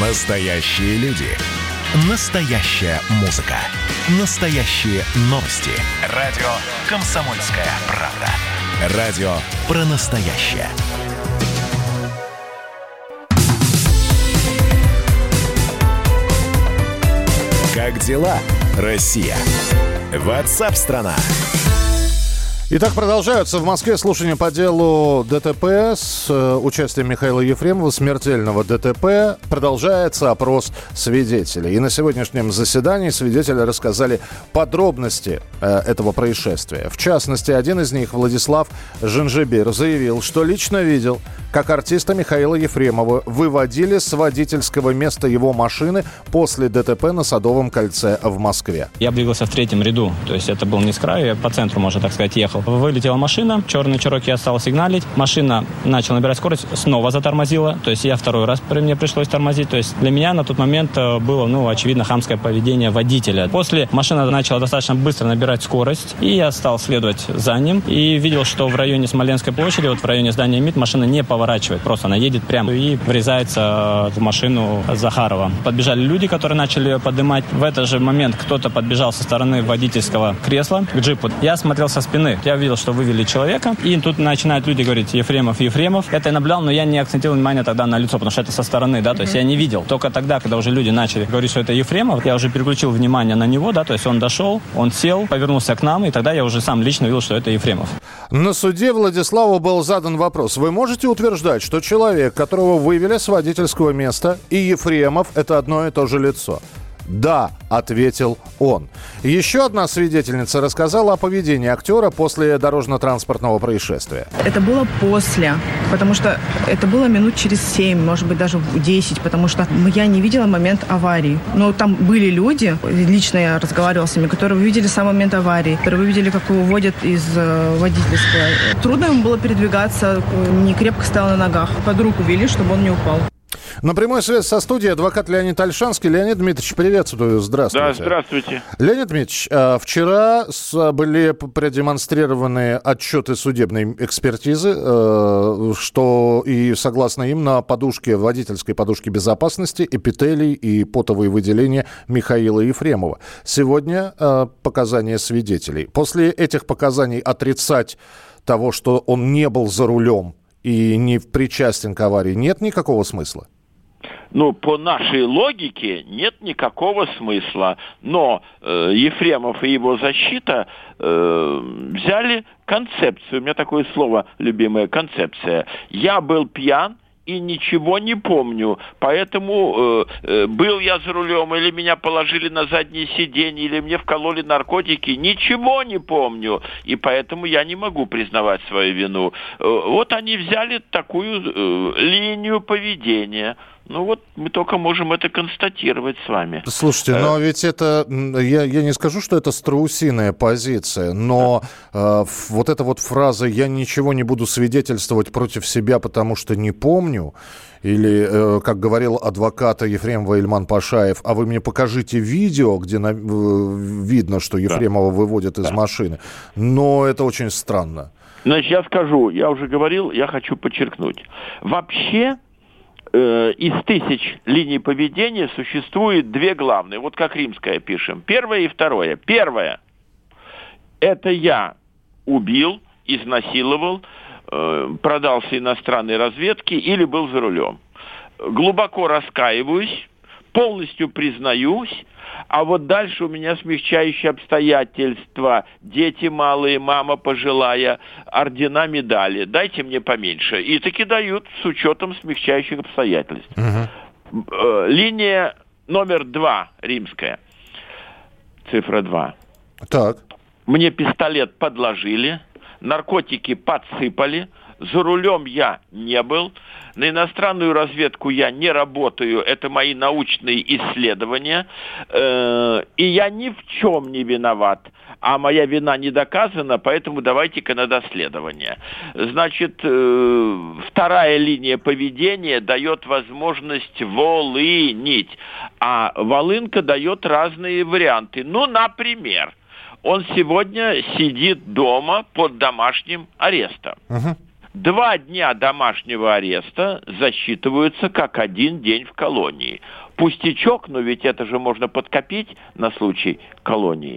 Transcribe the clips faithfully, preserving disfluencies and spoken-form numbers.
Настоящие люди. Настоящая музыка. Настоящие новости. Радио «Комсомольская правда». Радио про настоящее. Как дела, Россия? Ватсап-страна! Итак, продолжаются в Москве слушания по делу ДТП с э, участием Михаила Ефремова, смертельного ДТП. Продолжается опрос свидетелей. И на сегодняшнем заседании свидетели рассказали подробности э, этого происшествия. В частности, один из них, Владислав Жинжибир, заявил, что лично видел, как артиста Михаила Ефремова выводили с водительского места его машины после ДТП на Садовом кольце в Москве. Я двигался в третьем ряду, то есть это был не с краю, я по центру, можно так сказать, ехал. Вылетела машина, черный Чероки, я стал сигналить. Машина начала набирать скорость, снова затормозила. То есть я второй раз при мне пришлось тормозить. То есть для меня на тот момент было, ну, очевидно, хамское поведение водителя. После машина начала достаточно быстро набирать скорость, и я стал следовать за ним. И видел, что в районе Смоленской площади, вот в районе здания МИД, машина не поворачивает. Просто она едет прямо и врезается в машину Захарова. Подбежали люди, которые начали ее поднимать. В этот же момент кто-то подбежал со стороны водительского кресла к джипу. Я смотрел со спины. Я видел, что вывели человека, и тут начинают люди говорить «Ефремов, Ефремов». Это я наблюдал, но я не акцентировал внимание тогда на лицо, потому что это со стороны, да, то есть я не видел. Только тогда, когда уже люди начали говорить, что это Ефремов, я уже переключил внимание на него, да, то есть он дошел, он сел, повернулся к нам, и тогда я уже сам лично видел, что это Ефремов. На суде Владиславу был задан вопрос. Вы можете утверждать, что человек, которого вывели с водительского места, и Ефремов – это одно и то же лицо? «Да», — ответил он. Еще одна свидетельница рассказала о поведении актера после дорожно-транспортного происшествия. Это было после, потому что это было минут через семь, может быть, даже десять, потому что я не видела момент аварии. Но там были люди, лично я разговаривала с ними, которые видели сам момент аварии, которые видели, как его выводят из э, водительства. Трудно ему было передвигаться, не крепко стоял на ногах. Под руку вели, чтобы он не упал. На прямой связи со студией адвокат Леонид Ольшанский. Леонид Дмитриевич, приветствую. Здравствуйте. Да, здравствуйте. Леонид Дмитриевич, вчера были продемонстрированы отчеты судебной экспертизы, что и согласно им на подушке, водительской подушке безопасности, эпителий и потовые выделения Михаила Ефремова. Сегодня показания свидетелей. После этих показаний отрицать того, что он не был за рулем и не причастен к аварии, нет никакого смысла? Ну, по нашей логике нет никакого смысла. Но э, Ефремов и его защита э, взяли концепцию. У меня такое слово любимое, концепция. Я был пьян и ничего не помню. Поэтому э, э, был я за рулем, или меня положили на заднее сиденье, или мне вкололи наркотики. Ничего не помню. И поэтому я не могу признавать свою вину. Э, вот они взяли такую э, линию поведения. Ну вот мы только можем это констатировать с вами. Слушайте, но ведь это, я, я не скажу, что это страусиная позиция, но э, вот эта вот фраза «я ничего не буду свидетельствовать против себя, потому что не помню», или, э, как говорил адвокат Ефремова Ильман Пашаев, «а вы мне покажите видео, где на, э, видно, что Ефремова да. выводят из да. машины», но это очень странно. Значит, я скажу, я уже говорил, я хочу подчеркнуть. Вообще, из тысяч линий поведения существует две главные. Вот как римская пишем. Первое и второе. Первое. Это я убил, изнасиловал, продался иностранной разведке или был за рулем. Глубоко раскаиваюсь, полностью признаюсь. А вот дальше у меня смягчающие обстоятельства. Дети малые, мама пожилая, ордена, медали. Дайте мне поменьше. И таки дают с учетом смягчающих обстоятельств. Uh-huh. Линия номер два, римская. Цифра два. Так. Мне пистолет подложили, наркотики подсыпали. За рулем я не был. На иностранную разведку я не работаю. Это мои научные исследования. И я ни в чем не виноват. А моя вина не доказана, поэтому давайте-ка на доследование. Значит, вторая линия поведения дает возможность волынить. А волынка дает разные варианты. Ну, например, он сегодня сидит дома под домашним арестом. Uh-huh. Два дня домашнего ареста засчитываются как один день в колонии. Пустячок, но ведь это же можно подкопить на случай колонии.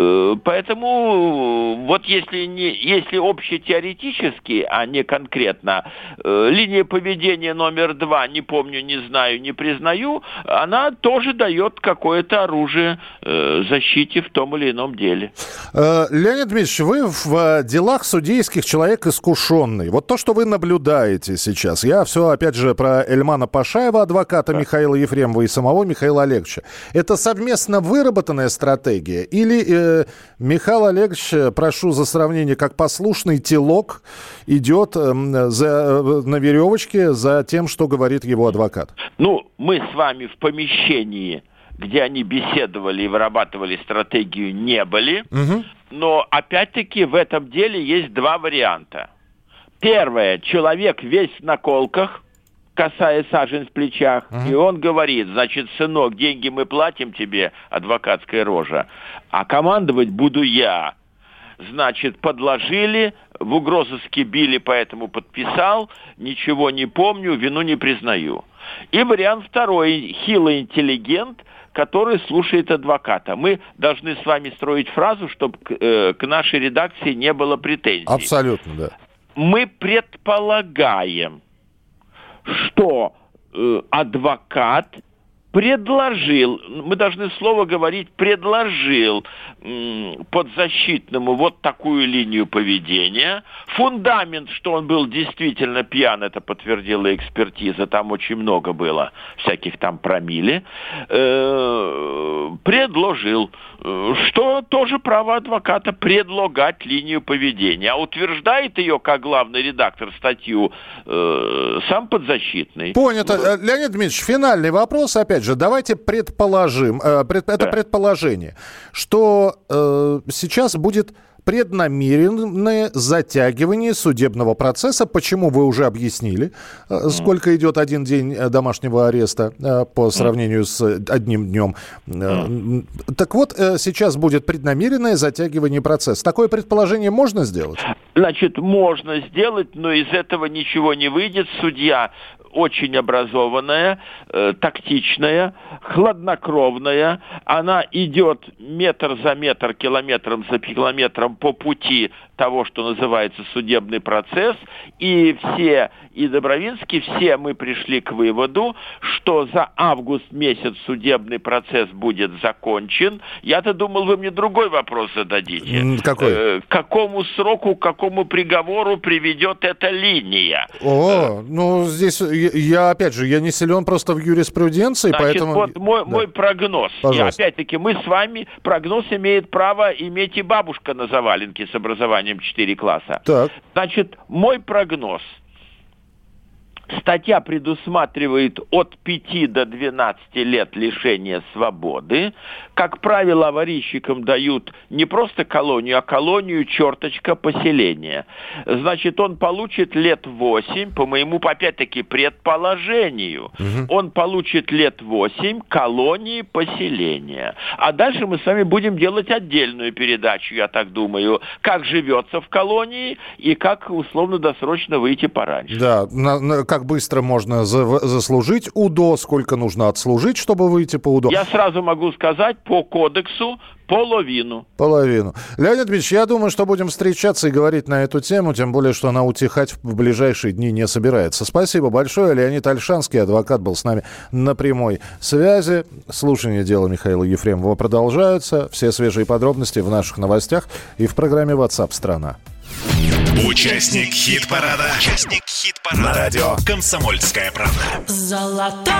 Поэтому вот если, не, если общетеоретически, а не конкретно, линия поведения номер два, не помню, не знаю, не признаю, она тоже дает какое-то оружие защите в том или ином деле. Леонид Дмитриевич, вы в делах судейских человек искушенный. Вот то, что вы наблюдаете сейчас, я все, опять же, про Эльмана Пашаева, адвоката да. Михаила Ефремова и самого Михаила Олеговича. Это совместно выработанная стратегия? Или э, Михаил Олегович, прошу за сравнение, как послушный телок, идет э, за, на веревочке за тем, что говорит его адвокат? Ну, мы с вами в помещении, где они беседовали и вырабатывали стратегию, не были. Угу. Но, опять-таки, в этом деле есть два варианта. Первое. Человек весь в наколках, касая сажень в плечах, uh-huh. и он говорит, значит, сынок, деньги мы платим тебе, адвокатская рожа, а командовать буду я. Значит, подложили, в угрозыске били, поэтому подписал, ничего не помню, вину не признаю. И вариант второй, хилый интеллигент, который слушает адвоката. Мы должны с вами строить фразу, чтобы к, э, к нашей редакции не было претензий. Абсолютно, да. Мы предполагаем, что э, адвокат предложил, мы должны слово говорить, предложил э, подзащитному вот такую линию поведения. Фундамент, что он был действительно пьян, это подтвердила экспертиза, там очень много было всяких там промилле, э, предложил, э, что тоже право адвоката предлагать линию поведения, а утверждает ее как главный редактор статью э, сам подзащитный. Понято. Леонид Дмитриевич, финальный вопрос, опять же, давайте предположим, э, пред, это да. предположение, что э, сейчас будет преднамеренное затягивание судебного процесса. Почему, вы уже объяснили, mm. сколько идет один день домашнего ареста э, по сравнению mm. с одним днем. Mm. Так вот, э, сейчас будет преднамеренное затягивание процесса. Такое предположение можно сделать? Значит, можно сделать, но из этого ничего не выйдет. Судья очень образованная, э, тактичная, хладнокровная. Она идет метр за метр, километром за километром по пути того, что называется судебный процесс. И все, и Добровинский, все мы пришли к выводу, что за август месяц судебный процесс будет закончен. Я-то думал, вы мне другой вопрос зададите. Какой? Э, к какому сроку, к какому приговору приведет эта линия? О, ну здесь... Я, опять же, я не силен просто в юриспруденции, Значит, поэтому... вот мой, да. мой прогноз. Пожалуйста. И опять-таки мы с вами, прогноз имеет право иметь и бабушка на заваленке с образованием четыре класса. Так. Значит, мой прогноз. Статья предусматривает от пяти до двенадцати лет лишения свободы. Как правило, аварийщикам дают не просто колонию, а колонию, черточка, поселения. Значит, он получит лет восемь, по моему, опять-таки, предположению. Угу. Он получит лет восемь колонии, поселения. А дальше мы с вами будем делать отдельную передачу, я так думаю, как живется в колонии и как условно-досрочно выйти пораньше. Да, на, на, как быстро можно за, заслужить УДО, сколько нужно отслужить, чтобы выйти по УДО. Я сразу могу сказать, по кодексу половину. Половину. Леонид Дмитриевич, я думаю, что будем встречаться и говорить на эту тему, тем более, что она утихать в ближайшие дни не собирается. Спасибо большое. Леонид Ольшанский, адвокат, был с нами на прямой связи. Слушание дела Михаила Ефремова продолжаются. Все свежие подробности в наших новостях и в программе WhatsApp страна. Участник хит-парада. Участник хит-парада. На радио «Комсомольская правда». Золотая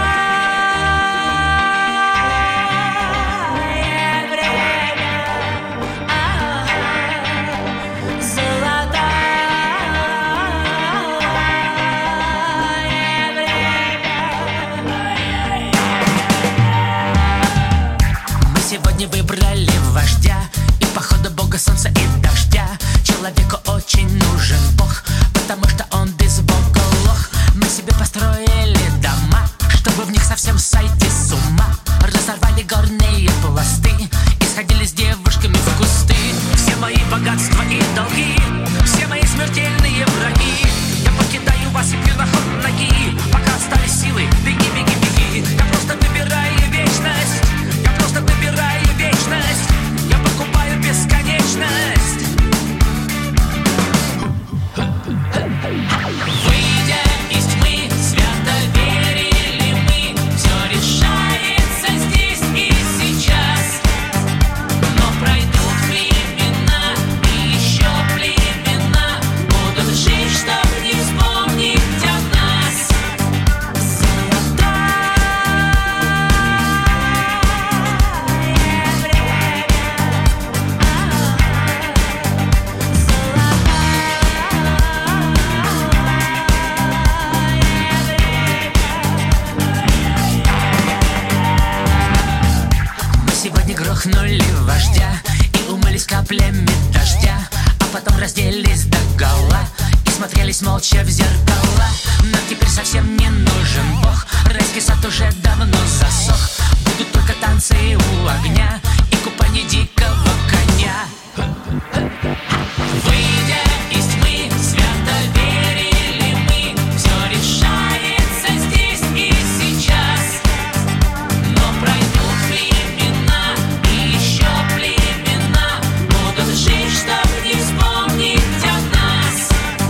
сегодня выбрали вождя, и походу бога солнца и дождя. Человеку очень нужен Бог, потому что он без бога лох. Мы себе построили дома, чтобы в них грохнули вождя и умылись каплями дождя, а потом разделись догола и смотрелись молча в зеркала. Но теперь совсем не нужен Бог, райский сад уже давно засох. Будут только танцы у огня и купание дикого коня. Выйдя из тьмы, свято верили мы, все решается здесь и сейчас. Но пройдут времена, и еще племена будут жить, чтоб не вспомнить о нас.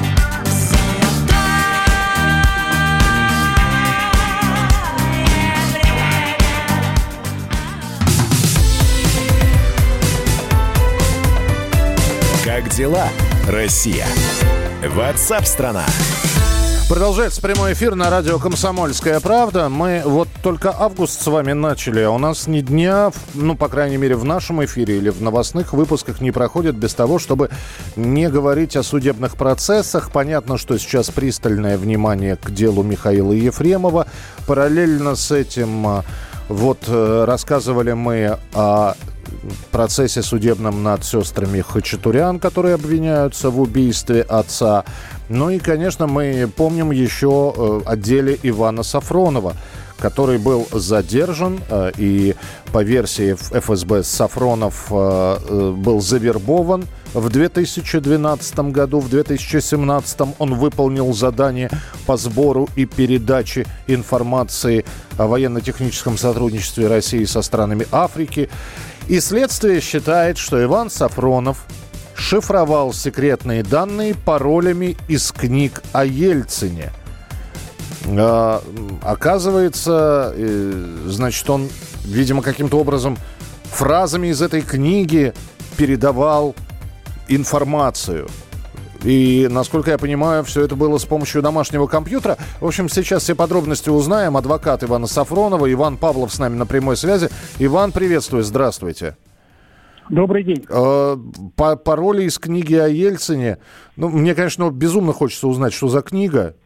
Как дела, Россия? Ватсап-страна! Продолжается прямой эфир на радио «Комсомольская правда». Мы вот только август с вами начали, а у нас ни дня, ну, по крайней мере, в нашем эфире или в новостных выпусках не проходит без того, чтобы не говорить о судебных процессах. Понятно, что сейчас пристальное внимание к делу Михаила Ефремова. Параллельно с этим вот рассказывали мы о процессе судебном над сестрами Хачатурян, которые обвиняются в убийстве отца. Ну и, конечно, мы помним еще о деле Ивана Сафронова, который был задержан, и по версии эф эс бэ Сафронов был завербован в две тысячи двенадцатом году. В две тысячи семнадцатом он выполнил задание по сбору и передаче информации о военно-техническом сотрудничестве России со странами Африки. И следствие считает, что Иван Сафронов шифровал секретные данные паролями из книг о Ельцине. А, оказывается, э, значит, он, видимо, каким-то образом фразами из этой книги передавал информацию. И, насколько я понимаю, все это было с помощью домашнего компьютера. В общем, сейчас все подробности узнаем. Адвокат Ивана Сафронова, Иван Павлов с нами на прямой связи. Иван, приветствую, здравствуйте. Добрый день. Э, по пароли из книги о Ельцине. Ну, мне, конечно, безумно хочется узнать, что за книга.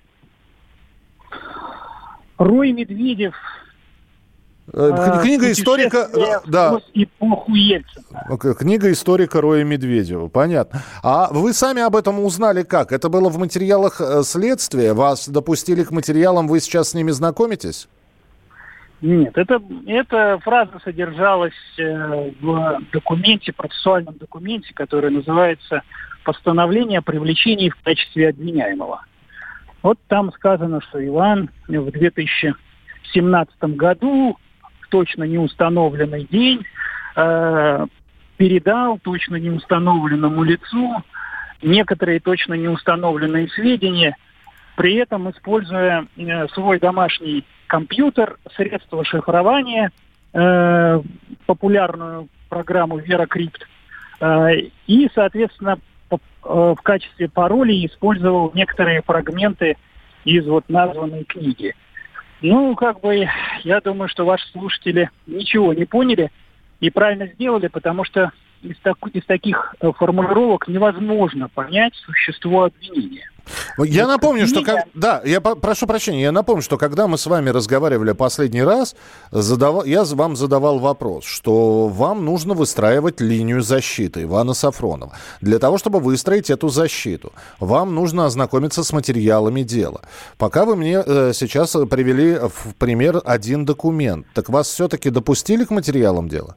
Рой Медведев. Э, книга историка... Да. Эпоху Ельцина. Книга историка Роя Медведева, понятно. А вы сами об этом узнали как? Это было в материалах следствия? Вас допустили к материалам, вы сейчас с ними знакомитесь? Нет, это, эта фраза содержалась э, в документе, процессуальном документе, который называется «Постановление о привлечении в качестве обвиняемого». Вот там сказано, что Иван в две тысячи семнадцатом году в точно неустановленный день э, передал точно неустановленному лицу некоторые точно неустановленные сведения, при этом используя э, свой домашний компьютер, средства шифрования, э, популярную программу Веракрипт, э, и, соответственно, по, э, в качестве паролей использовал некоторые фрагменты из вот названной книги. Ну, как бы, я думаю, что ваши слушатели ничего не поняли и правильно сделали, потому что из, так, из таких формулировок невозможно понять существо обвинения. Я вот напомню, что... Как... Да, я по- прошу прощения, я напомню, что когда мы с вами разговаривали последний раз, задавал... я вам задавал вопрос, что вам нужно выстраивать линию защиты Ивана Сафронова. Для того, чтобы выстроить эту защиту, вам нужно ознакомиться с материалами дела. Пока вы мне э, сейчас привели в пример один документ, так вас все-таки допустили к материалам дела?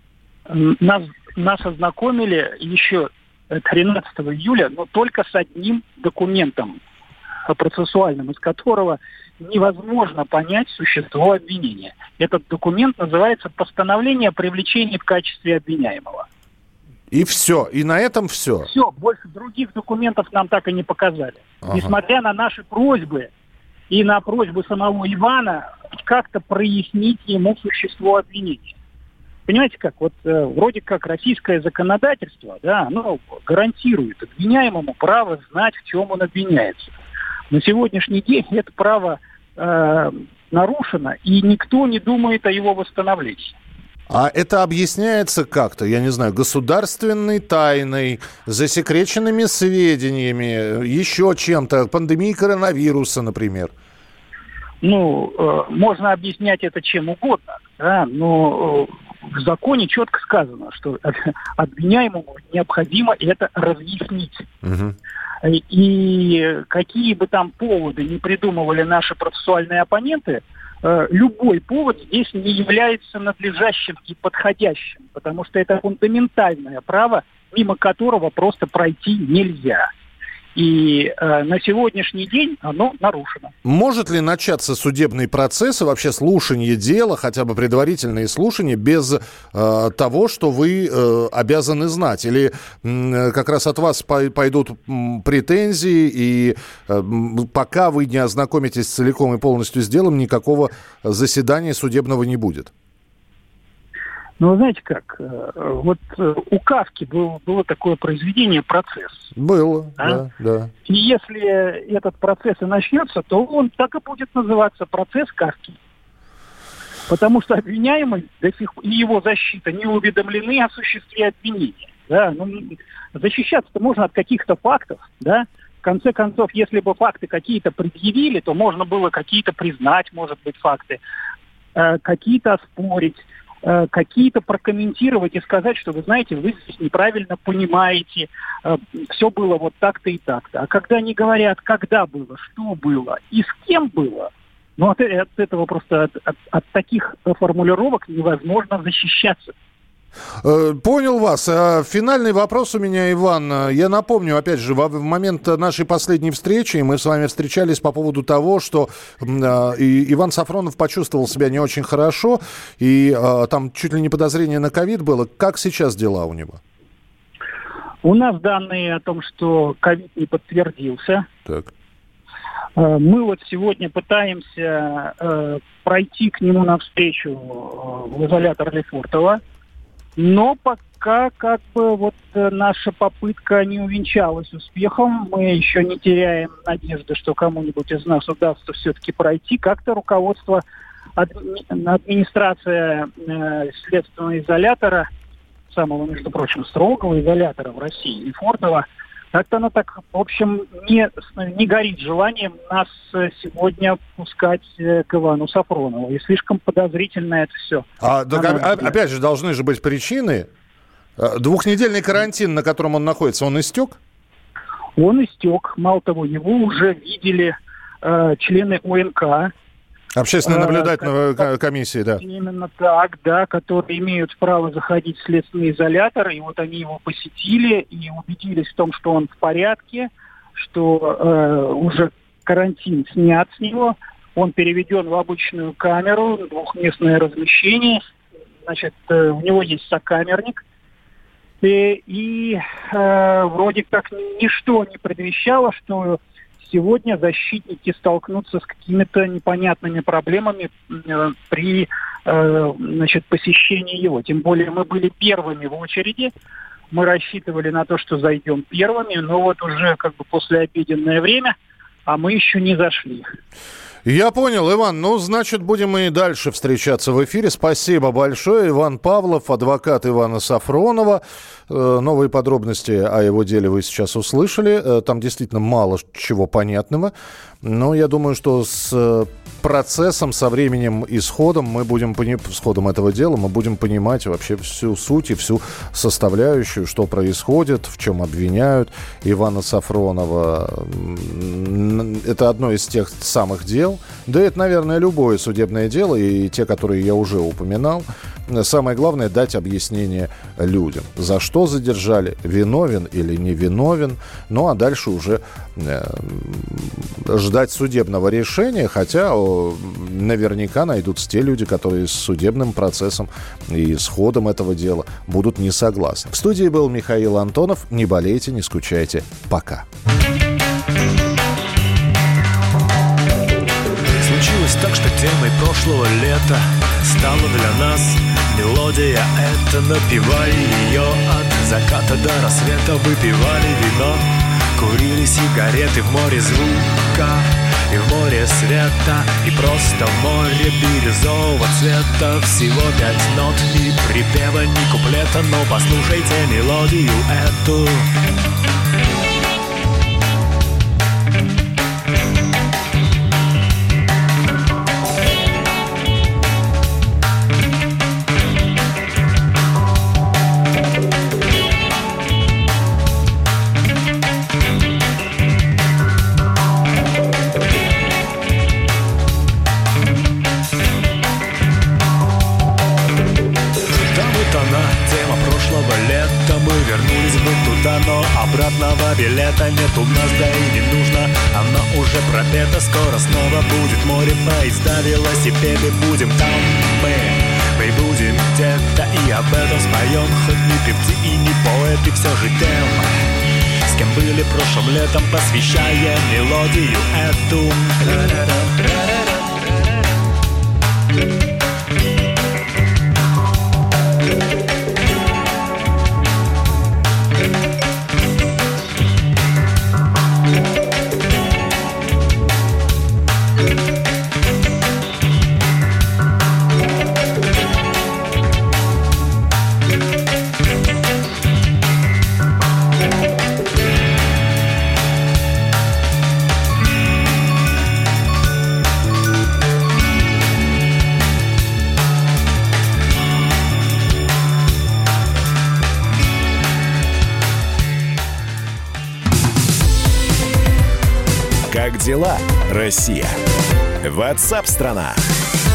Нас, нас ознакомили еще тринадцатого июля, но только с одним документом процессуальным, из которого невозможно понять существо обвинения. Этот документ называется «Постановление о привлечении в качестве обвиняемого». И все, и на этом все. Все, больше других документов нам так и не показали. Ага. Несмотря на наши просьбы и на просьбу самого Ивана как-то прояснить ему существо обвинения. Понимаете как, вот э, вроде как российское законодательство, да, оно гарантирует обвиняемому право знать, в чем он обвиняется. На сегодняшний день это право э, нарушено, и никто не думает о его восстановлении. А это объясняется как-то, я не знаю, государственной тайной, засекреченными сведениями, еще чем-то, пандемией коронавируса, например? Ну, э, можно объяснять это чем угодно, да, но... Э, в законе четко сказано, что обвиняемому необходимо это разъяснить. Угу. И какие бы там поводы ни придумывали наши процессуальные оппоненты, любой повод здесь не является надлежащим и подходящим, потому что это фундаментальное право, мимо которого просто пройти нельзя. И э, на сегодняшний день оно нарушено. Может ли начаться судебный процесс и вообще слушание дела, хотя бы предварительные слушания, без э, того, что вы э, обязаны знать? Или э, как раз от вас по- пойдут м, претензии, и э, пока вы не ознакомитесь целиком и полностью с делом, никакого заседания судебного не будет? Ну, вы знаете как, вот у Кафки был, было такое произведение «Процесс». Было, а? да, да. И если этот процесс и начнется, то он так и будет называться «Процесс Кафки». Потому что обвиняемый до сих пор и его защита не уведомлены о существе обвинения. Да? Ну, защищаться-то можно от каких-то фактов, да? В конце концов, если бы факты какие-то предъявили, то можно было какие-то признать, может быть, факты, э, какие-то оспорить, какие-то прокомментировать и сказать, что, вы знаете, вы здесь неправильно понимаете, все было вот так-то и так-то. А когда они говорят, когда было, что было и с кем было, ну, от, от этого просто, от, от, от таких формулировок невозможно защищаться. Понял вас. Финальный вопрос у меня, Иван. Я напомню, опять же, в момент нашей последней встречи мы с вами встречались по поводу того, что Иван Сафронов почувствовал себя не очень хорошо, и там чуть ли не подозрение на ковид было. Как сейчас дела у него? У нас данные о том, что ковид не подтвердился. Так. Мы вот сегодня пытаемся э, пройти к нему навстречу в изолятор Лефортово. Но пока как бы вот наша попытка не увенчалась успехом, мы еще не теряем надежды, что кому-нибудь из нас удастся все-таки пройти. Как-то руководство, адми, администрация э, следственного изолятора, самого, между прочим, строгого изолятора в России, Лефортово, как-то она так, в общем, не, не горит желанием нас сегодня пускать к Ивану Сафронову. И слишком подозрительно это все. А, так, а, опять же, должны же быть причины. Двухнедельный карантин, на котором он находится, он истек? Он истек. Мало того, его уже видели э, члены ОНК. Общественная наблюдательная э, комиссия, да. Именно так, да, которые имеют право заходить в следственный изолятор. И вот они его посетили и убедились в том, что он в порядке, что э, уже карантин снят с него. Он переведен в обычную камеру, двухместное размещение. Значит, э, у него есть сокамерник. И, и э, вроде как ничто не предвещало, что сегодня защитники столкнутся с какими-то непонятными проблемами э, при э, значит, посещении его. Тем более мы были первыми в очереди. Мы рассчитывали на то, что зайдем первыми, но вот уже как бы послеобеденное время, а мы еще не зашли. Я понял, Иван. Ну, значит, будем и дальше встречаться в эфире. Спасибо большое. Иван Павлов, адвокат Ивана Сафронова. Новые подробности о его деле вы сейчас услышали. Там действительно мало чего понятного. Но я думаю, что с процессом, со временем и с ходом мы будем пони... с ходом этого дела мы будем понимать вообще всю суть и всю составляющую, что происходит, в чем обвиняют Ивана Сафронова. Это одно из тех самых дел. Да это, наверное, любое судебное дело, и те, которые я уже упоминал. Самое главное — дать объяснение людям. За что задержали, виновен или не виновен. Ну, а дальше уже э, ждать судебного решения, хотя о, наверняка найдутся те люди, которые с судебным процессом и с ходом этого дела будут не согласны. В студии был Михаил Антонов. Не болейте, не скучайте. Пока. Случилось так, что темой прошлого лета стала для нас мелодия эта. Напевали ее от заката до рассвета, выпивали вино, курили сигареты в море звука и в море света, и просто в море бирюзового цвета. Всего пять нот, ни припева, ни куплета, но послушайте мелодию эту. бы туда, но обратного билета нет у нас, да и не нужно. Оно уже пропето, скоро снова будет море, поезда, велосипеды, будем там мы. Мы будем где-то и об этом споем, хоть не певцы и не поэты, все же тем, с кем были прошлым летом, посвящая мелодию эту. Как дела, Россия? WhatsApp-страна.